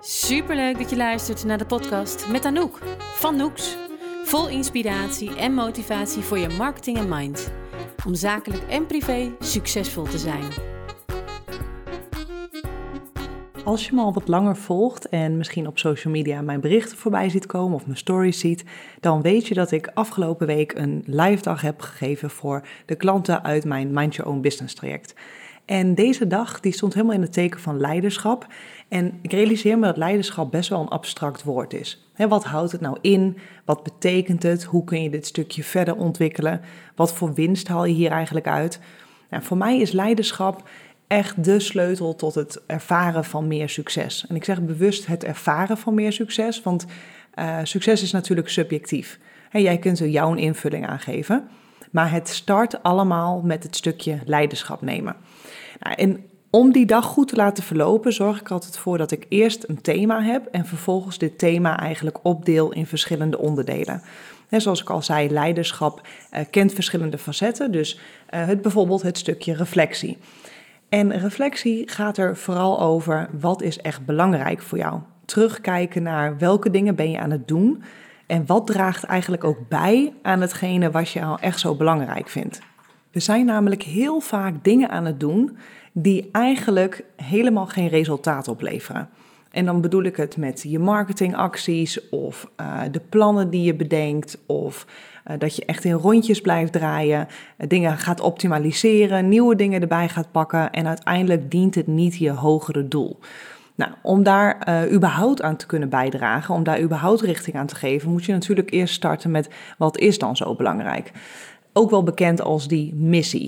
Superleuk dat je luistert naar de podcast met Anouk van Noeks. Vol inspiratie en motivatie voor je marketing en mind. Om zakelijk en privé succesvol te zijn. Als je me al wat langer volgt en misschien op social media mijn berichten voorbij ziet komen of mijn stories ziet, dan weet je dat ik afgelopen week een live dag heb gegeven voor de klanten uit mijn Mind Your Own Business traject. En deze dag die stond helemaal in het teken van leiderschap. En ik realiseer me dat leiderschap best wel een abstract woord is. Wat houdt het nou in? Wat betekent het? Hoe kun je dit stukje verder ontwikkelen? Wat voor winst haal je hier eigenlijk uit? Nou, voor mij is leiderschap echt de sleutel tot het ervaren van meer succes. En ik zeg bewust het ervaren van meer succes, want succes is natuurlijk subjectief. Jij kunt er jouw invulling aan geven, maar het start allemaal met het stukje leiderschap nemen. Nou, en om die dag goed te laten verlopen, zorg ik altijd voor dat ik eerst een thema heb en vervolgens dit thema eigenlijk opdeel in verschillende onderdelen. Zoals ik al zei, leiderschap kent verschillende facetten, dus bijvoorbeeld het stukje reflectie. En reflectie gaat er vooral over wat is echt belangrijk voor jou. Terugkijken naar welke dingen ben je aan het doen en wat draagt eigenlijk ook bij aan hetgene wat je al echt zo belangrijk vindt. We zijn namelijk heel vaak dingen aan het doen die eigenlijk helemaal geen resultaat opleveren. En dan bedoel ik het met je marketingacties of de plannen die je bedenkt of dat je echt in rondjes blijft draaien, dingen gaat optimaliseren, nieuwe dingen erbij gaat pakken en uiteindelijk dient het niet je hogere doel. Nou, om daar überhaupt aan te kunnen bijdragen, om daar überhaupt richting aan te geven, moet je natuurlijk eerst starten met wat is dan zo belangrijk. Ook wel bekend als die missie.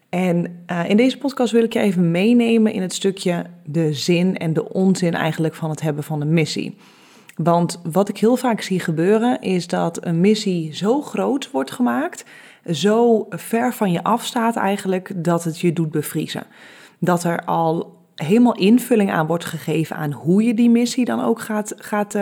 En in deze podcast wil ik je even meenemen in het stukje de zin en de onzin eigenlijk van het hebben van een missie. Want wat ik heel vaak zie gebeuren is dat een missie zo groot wordt gemaakt, zo ver van je afstaat eigenlijk dat het je doet bevriezen. Dat er al helemaal invulling aan wordt gegeven aan hoe je die missie dan ook gaat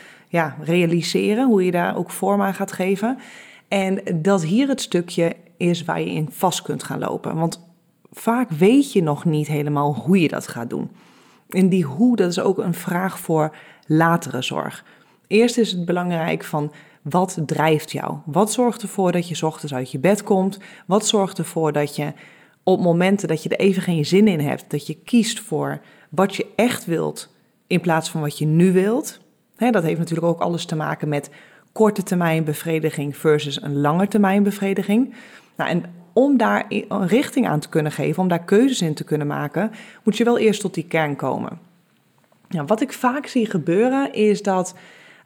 realiseren, hoe je daar ook vorm aan gaat geven. En dat hier het stukje is waar je in vast kunt gaan lopen. Want vaak weet je nog niet helemaal hoe je dat gaat doen. En die hoe, dat is ook een vraag voor latere zorg. Eerst is het belangrijk van wat drijft jou? Wat zorgt ervoor dat je 's ochtends uit je bed komt? Wat zorgt ervoor dat je op momenten dat je er even geen zin in hebt, dat je kiest voor wat je echt wilt in plaats van wat je nu wilt? Dat heeft natuurlijk ook alles te maken met korte termijn bevrediging versus een lange termijn bevrediging. Nou, en om daar een richting aan te kunnen geven, om daar keuzes in te kunnen maken, moet je wel eerst tot die kern komen. Nou, wat ik vaak zie gebeuren is dat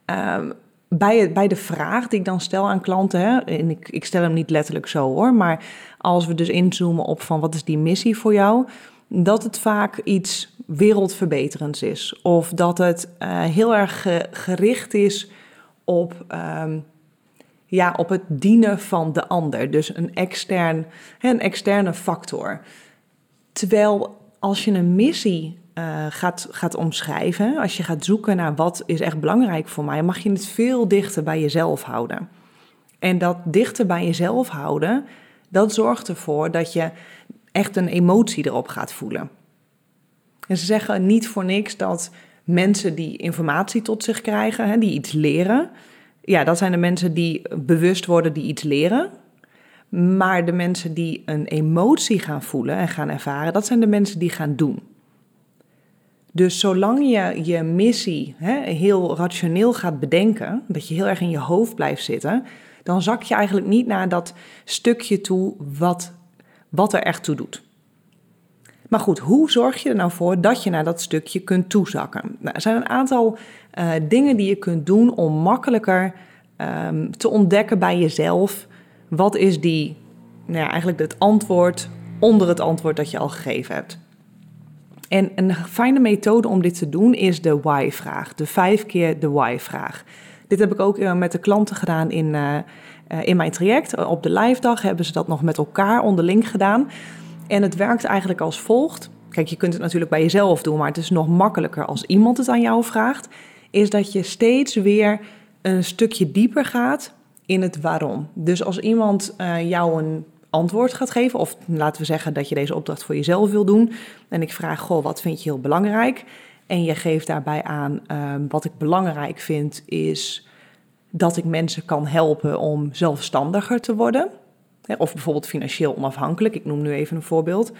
bij de vraag die ik dan stel aan klanten, en ik stel hem niet letterlijk zo hoor, maar als we dus inzoomen op van wat is die missie voor jou, dat het vaak iets wereldverbeterends is. Of dat het heel erg gericht is op het dienen van de ander. Dus een externe factor. Terwijl als je een missie gaat omschrijven, als je gaat zoeken naar wat is echt belangrijk voor mij, mag je het veel dichter bij jezelf houden. En dat dichter bij jezelf houden, dat zorgt ervoor dat je echt een emotie erop gaat voelen. En ze zeggen niet voor niks dat mensen die informatie tot zich krijgen, die iets leren, ja, dat zijn de mensen die bewust worden, die iets leren. Maar de mensen die een emotie gaan voelen en gaan ervaren, dat zijn de mensen die gaan doen. Dus zolang je je missie heel rationeel gaat bedenken, dat je heel erg in je hoofd blijft zitten, dan zak je eigenlijk niet naar dat stukje toe wat er echt toe doet. Maar goed, hoe zorg je er nou voor dat je naar dat stukje kunt toezakken? Nou, er zijn een aantal dingen die je kunt doen om makkelijker te ontdekken bij jezelf. Wat is eigenlijk het antwoord onder het antwoord dat je al gegeven hebt? En een fijne methode om dit te doen is de why-vraag. De 5 keer de why-vraag. Dit heb ik ook met de klanten gedaan in mijn traject. Op de live dag hebben ze dat nog met elkaar onderling gedaan. En het werkt eigenlijk als volgt. Kijk, je kunt het natuurlijk bij jezelf doen, maar het is nog makkelijker als iemand het aan jou vraagt. Is dat je steeds weer een stukje dieper gaat in het waarom. Dus als iemand jou een antwoord gaat geven, of laten we zeggen dat je deze opdracht voor jezelf wil doen, en ik vraag, wat vind je heel belangrijk? en je geeft daarbij aan wat ik belangrijk vind is dat ik mensen kan helpen om zelfstandiger te worden. Of bijvoorbeeld financieel onafhankelijk, ik noem nu even een voorbeeld.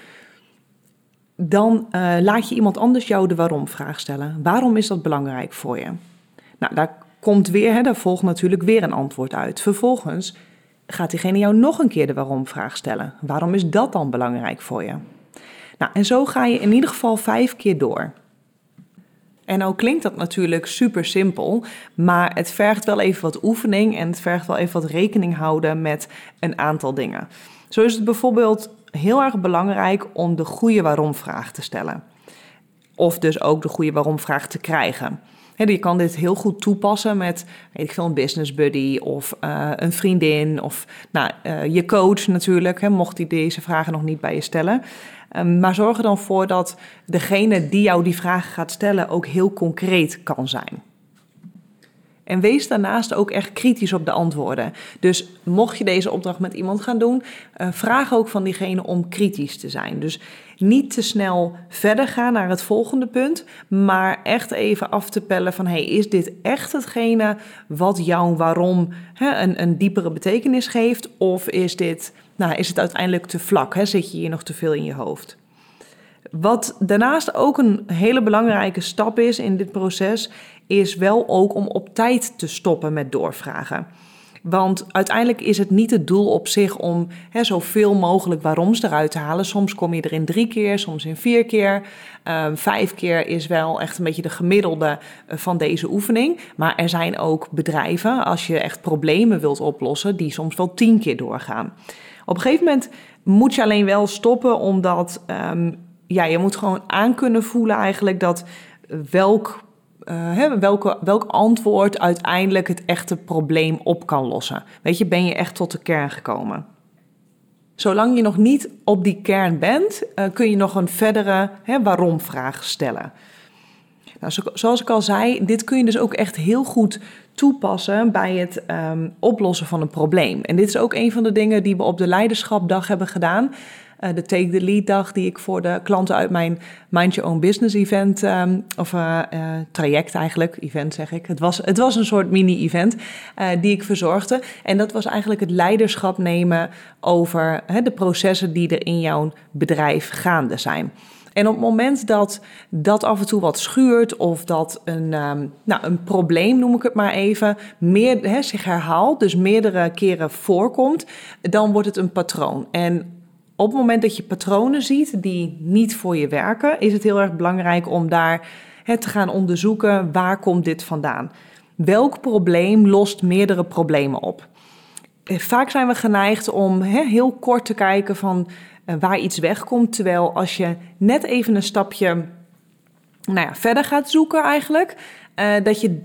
Dan laat je iemand anders jou de waarom-vraag stellen. Waarom is dat belangrijk voor je? Nou, daar volgt natuurlijk weer een antwoord uit. Vervolgens gaat diegene jou nog een keer de waarom-vraag stellen. Waarom is dat dan belangrijk voor je? Nou, en zo ga je in ieder geval 5 keer door. En nou klinkt dat natuurlijk super simpel, maar het vergt wel even wat oefening en het vergt wel even wat rekening houden met een aantal dingen. Zo is het bijvoorbeeld heel erg belangrijk om de goede waarom-vraag te stellen. Of dus ook de goede waarom-vraag te krijgen. Je kan dit heel goed toepassen met een business buddy of een vriendin of je coach natuurlijk, mocht die deze vragen nog niet bij je stellen. Maar zorg er dan voor dat degene die jou die vragen gaat stellen ook heel concreet kan zijn. En wees daarnaast ook echt kritisch op de antwoorden. Dus mocht je deze opdracht met iemand gaan doen, vraag ook van diegene om kritisch te zijn. Dus niet te snel verder gaan naar het volgende punt, maar echt even af te pellen van is dit echt hetgene wat jouw waarom een diepere betekenis geeft? Of is het uiteindelijk te vlak? Zit je hier nog te veel in je hoofd? Wat daarnaast ook een hele belangrijke stap is in dit proces, is wel ook om op tijd te stoppen met doorvragen. Want uiteindelijk is het niet het doel op zich om zoveel mogelijk waaroms eruit te halen. Soms kom je er in 3 keer, soms in 4 keer. 5 keer is wel echt een beetje de gemiddelde van deze oefening. Maar er zijn ook bedrijven, als je echt problemen wilt oplossen, die soms wel 10 keer doorgaan. Op een gegeven moment moet je alleen wel stoppen, omdat je moet gewoon aan kunnen voelen eigenlijk dat welk antwoord uiteindelijk het echte probleem op kan lossen. Ben je echt tot de kern gekomen? Zolang je nog niet op die kern bent, kun je nog een verdere waarom-vraag stellen. Nou, zoals ik al zei, dit kun je dus ook echt heel goed toepassen bij het oplossen van een probleem. En dit is ook een van de dingen die we op de Leiderschapdag hebben gedaan. De Take the Lead dag die ik voor de klanten uit mijn Mind Your Own Business event, traject eigenlijk, event zeg ik. Het was een soort mini-event die ik verzorgde. En dat was eigenlijk het leiderschap nemen over de processen die er in jouw bedrijf gaande zijn. En op het moment dat af en toe wat schuurt of dat een probleem, noem ik het maar even, zich herhaalt, dus meerdere keren voorkomt, dan wordt het een patroon. En op het moment dat je patronen ziet die niet voor je werken, is het heel erg belangrijk om daar te gaan onderzoeken, waar komt dit vandaan? Welk probleem lost meerdere problemen op? Vaak zijn we geneigd om heel kort te kijken van waar iets wegkomt, terwijl als je net even een stapje verder gaat zoeken eigenlijk, dat er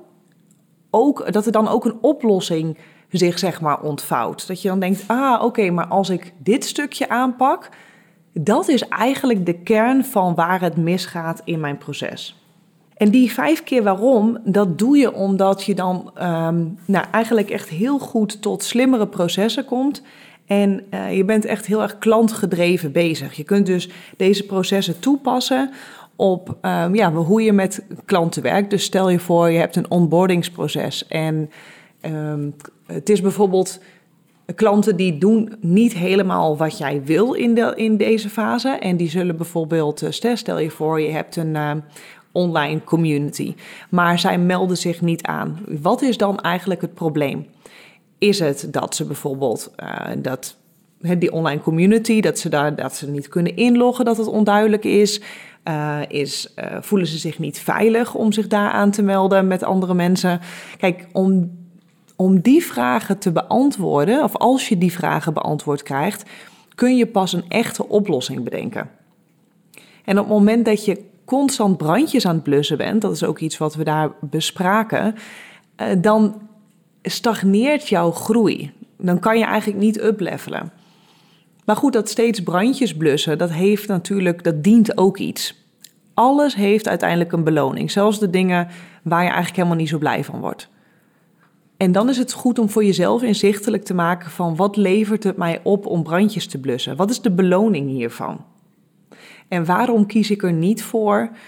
dan ook een oplossing zich ontvouwt. Dat je dan denkt, oké, maar als ik dit stukje aanpak, dat is eigenlijk de kern van waar het misgaat in mijn proces. En die 5 keer waarom, dat doe je omdat je dan eigenlijk echt heel goed tot slimmere processen komt. En je bent echt heel erg klantgedreven bezig. Je kunt dus deze processen toepassen op hoe je met klanten werkt. Dus stel je voor, je hebt een onboardingsproces en het is bijvoorbeeld klanten die doen niet helemaal wat jij wil in deze fase. En die zullen bijvoorbeeld, stel je voor, je hebt een online community, maar zij melden zich niet aan. Wat is dan eigenlijk het probleem? Is het dat ze bijvoorbeeld die online community, dat ze niet kunnen inloggen, dat het onduidelijk is? Voelen ze zich niet veilig om zich daar aan te melden met andere mensen? Kijk, om die vragen te beantwoorden, of als je die vragen beantwoord krijgt, kun je pas een echte oplossing bedenken. En op het moment dat je constant brandjes aan het blussen bent, dat is ook iets wat we daar bespraken, dan stagneert jouw groei. Dan kan je eigenlijk niet uplevelen. Maar goed, dat steeds brandjes blussen, dat dient ook iets. Alles heeft uiteindelijk een beloning, zelfs de dingen waar je eigenlijk helemaal niet zo blij van wordt. En dan is het goed om voor jezelf inzichtelijk te maken van wat levert het mij op om brandjes te blussen? Wat is de beloning hiervan? En waarom kies ik er niet voor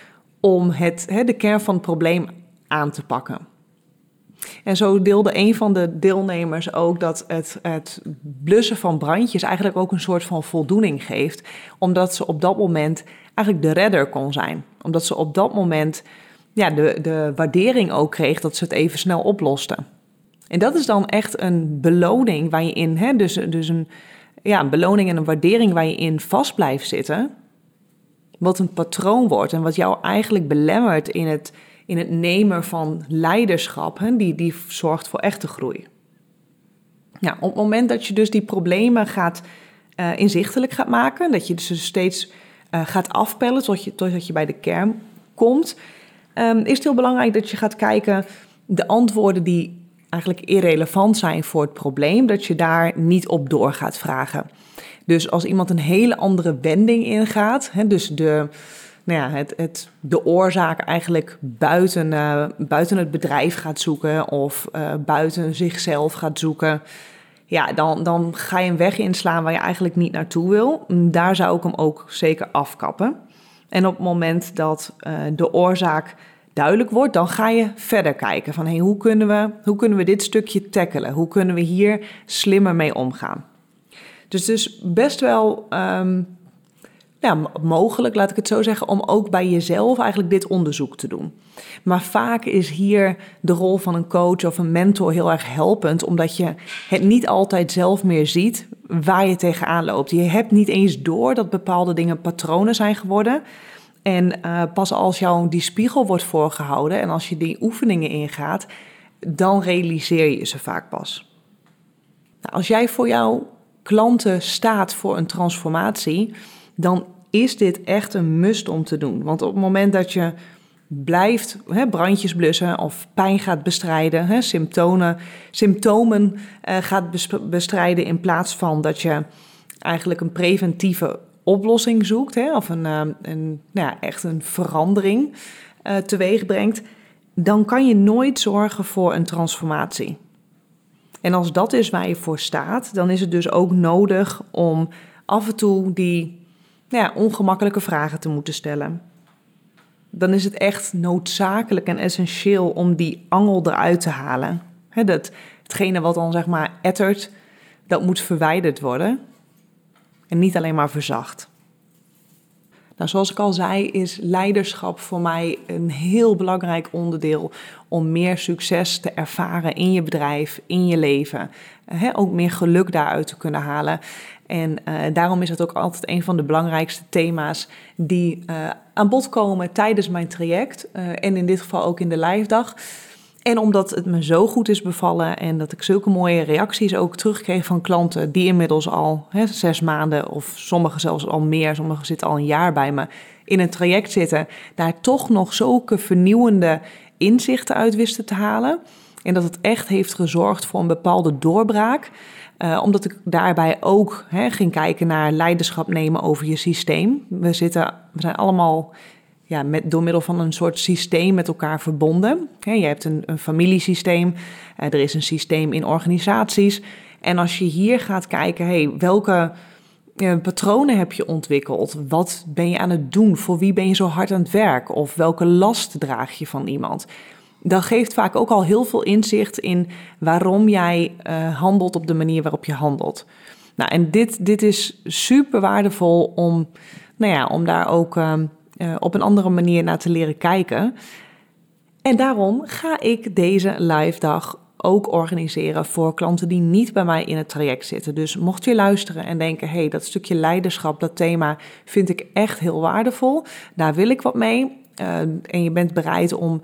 om de kern van het probleem aan te pakken. En zo deelde een van de deelnemers ook dat het blussen van brandjes eigenlijk ook een soort van voldoening geeft, omdat ze op dat moment eigenlijk de redder kon zijn. Omdat ze op dat moment de waardering ook kreeg dat ze het even snel oploste. En dat is dan echt een beloning waar je in, dus een beloning en een waardering waar je in vast blijft zitten, wat een patroon wordt en wat jou eigenlijk belemmert in het nemen van leiderschap, die zorgt voor echte groei. Ja, op het moment dat je dus die problemen inzichtelijk gaat maken, dat je ze steeds gaat afpellen totdat je bij de kern komt, is het heel belangrijk dat je gaat kijken, de antwoorden die eigenlijk irrelevant zijn voor het probleem, dat je daar niet op door gaat vragen. Dus als iemand een hele andere wending ingaat, dus de oorzaak eigenlijk buiten het bedrijf gaat zoeken of buiten zichzelf gaat zoeken, ja, dan ga je een weg inslaan waar je eigenlijk niet naartoe wil. Daar zou ik hem ook zeker afkappen. En op het moment dat de oorzaak duidelijk wordt, dan ga je verder kijken van hoe kunnen we dit stukje tackelen? Hoe kunnen we hier slimmer mee omgaan? Dus het is best wel mogelijk, laat ik het zo zeggen, om ook bij jezelf eigenlijk dit onderzoek te doen. Maar vaak is hier de rol van een coach of een mentor heel erg helpend, omdat je het niet altijd zelf meer ziet waar je tegenaan loopt. Je hebt niet eens door dat bepaalde dingen patronen zijn geworden. En pas als jou die spiegel wordt voorgehouden en als je die oefeningen ingaat, dan realiseer je ze vaak pas. Nou, als jij voor jouw klanten staat voor een transformatie, dan is dit echt een must om te doen. Want op het moment dat je blijft brandjes blussen of pijn gaat bestrijden, symptomen gaat bestrijden in plaats van dat je eigenlijk een preventieve oplossing zoekt, of echt een verandering teweeg brengt, dan kan je nooit zorgen voor een transformatie. En als dat is waar je voor staat, dan is het dus ook nodig om af en toe die ongemakkelijke vragen te moeten stellen. Dan is het echt noodzakelijk en essentieel om die angel eruit te halen. Hetgene wat dan zeg maar ettert, dat moet verwijderd worden en niet alleen maar verzacht. Nou, zoals ik al zei, is leiderschap voor mij een heel belangrijk onderdeel om meer succes te ervaren in je bedrijf, in je leven. Ook meer geluk daaruit te kunnen halen. En daarom is het ook altijd een van de belangrijkste thema's die aan bod komen tijdens mijn traject. En in dit geval ook in de live dag. En omdat het me zo goed is bevallen en dat ik zulke mooie reacties ook terugkreeg van klanten die inmiddels al 6 maanden of sommigen zelfs al meer, sommigen zitten al een jaar bij me, in een traject zitten, daar toch nog zulke vernieuwende inzichten uit wisten te halen. En dat het echt heeft gezorgd voor een bepaalde doorbraak. Omdat ik daarbij ook ging kijken naar leiderschap nemen over je systeem. We zijn allemaal door middel van een soort systeem met elkaar verbonden. Je hebt een familiesysteem, er is een systeem in organisaties. En als je hier gaat kijken, welke patronen heb je ontwikkeld? Wat ben je aan het doen? Voor wie ben je zo hard aan het werk? Of welke last draag je van iemand? Dat geeft vaak ook al heel veel inzicht in waarom jij handelt op de manier waarop je handelt. Nou, en dit is super waardevol om daar ook op een andere manier naar te leren kijken. En daarom ga ik deze live dag ook organiseren voor klanten die niet bij mij in het traject zitten. Dus mocht je luisteren en denken, dat stukje leiderschap, dat thema vind ik echt heel waardevol. Daar wil ik wat mee. En je bent bereid om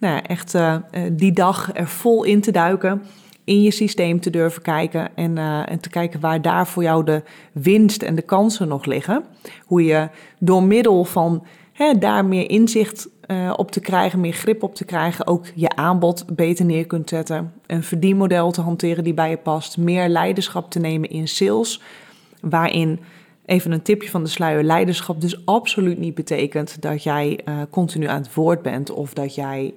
die dag er vol in te duiken, in je systeem te durven kijken en te kijken waar daar voor jou de winst en de kansen nog liggen. Hoe je door middel van daar meer inzicht op te krijgen, meer grip op te krijgen, ook je aanbod beter neer kunt zetten, een verdienmodel te hanteren die bij je past, meer leiderschap te nemen in sales, waarin, even een tipje van de sluier, leiderschap dus absoluut niet betekent dat jij continu aan het woord bent of dat jij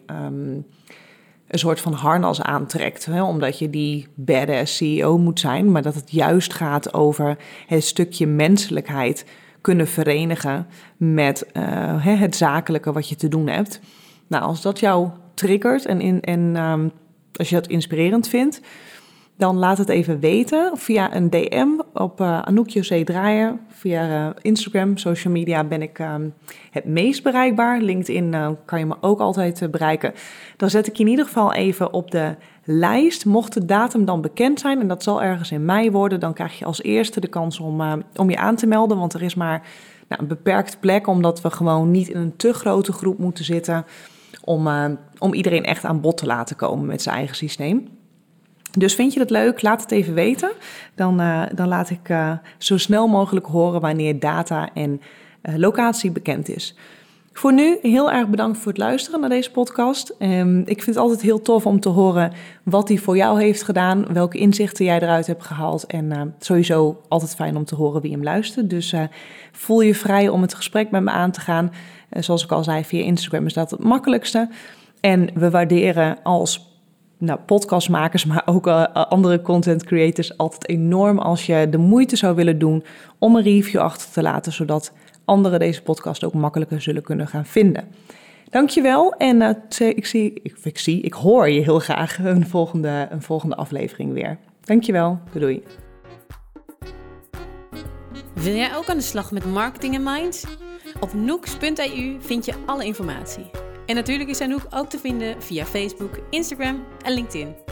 een soort van harnas aantrekt, omdat je die badass CEO moet zijn, maar dat het juist gaat over het stukje menselijkheid kunnen verenigen met het zakelijke wat je te doen hebt. Nou, als dat jou triggert en als je dat inspirerend vindt, dan laat het even weten via een DM op Anouk José Draaier. Via Instagram, social media ben ik het meest bereikbaar. LinkedIn kan je me ook altijd bereiken. Dan zet ik je in ieder geval even op de lijst. Mocht de datum dan bekend zijn, en dat zal ergens in mei worden, dan krijg je als eerste de kans om je aan te melden. Want er is maar een beperkte plek, omdat we gewoon niet in een te grote groep moeten zitten om iedereen echt aan bod te laten komen met zijn eigen systeem. Dus vind je dat leuk? Laat het even weten. Dan laat ik zo snel mogelijk horen wanneer data en locatie bekend is. Voor nu heel erg bedankt voor het luisteren naar deze podcast. Ik vind het altijd heel tof om te horen wat die voor jou heeft gedaan, welke inzichten jij eruit hebt gehaald. En sowieso altijd fijn om te horen wie hem luistert. Dus voel je vrij om het gesprek met me aan te gaan. Zoals ik al zei, via Instagram is dat het makkelijkste. En we waarderen als podcastmakers, maar ook andere content creators altijd enorm als je de moeite zou willen doen om een review achter te laten, zodat anderen deze podcast ook makkelijker zullen kunnen gaan vinden. Dankjewel en ik hoor je heel graag een volgende aflevering weer. Dankjewel, doei. Wil jij ook aan de slag met marketing en mind? Op nooks.eu vind je alle informatie. En natuurlijk is Anouk ook te vinden via Facebook, Instagram en LinkedIn.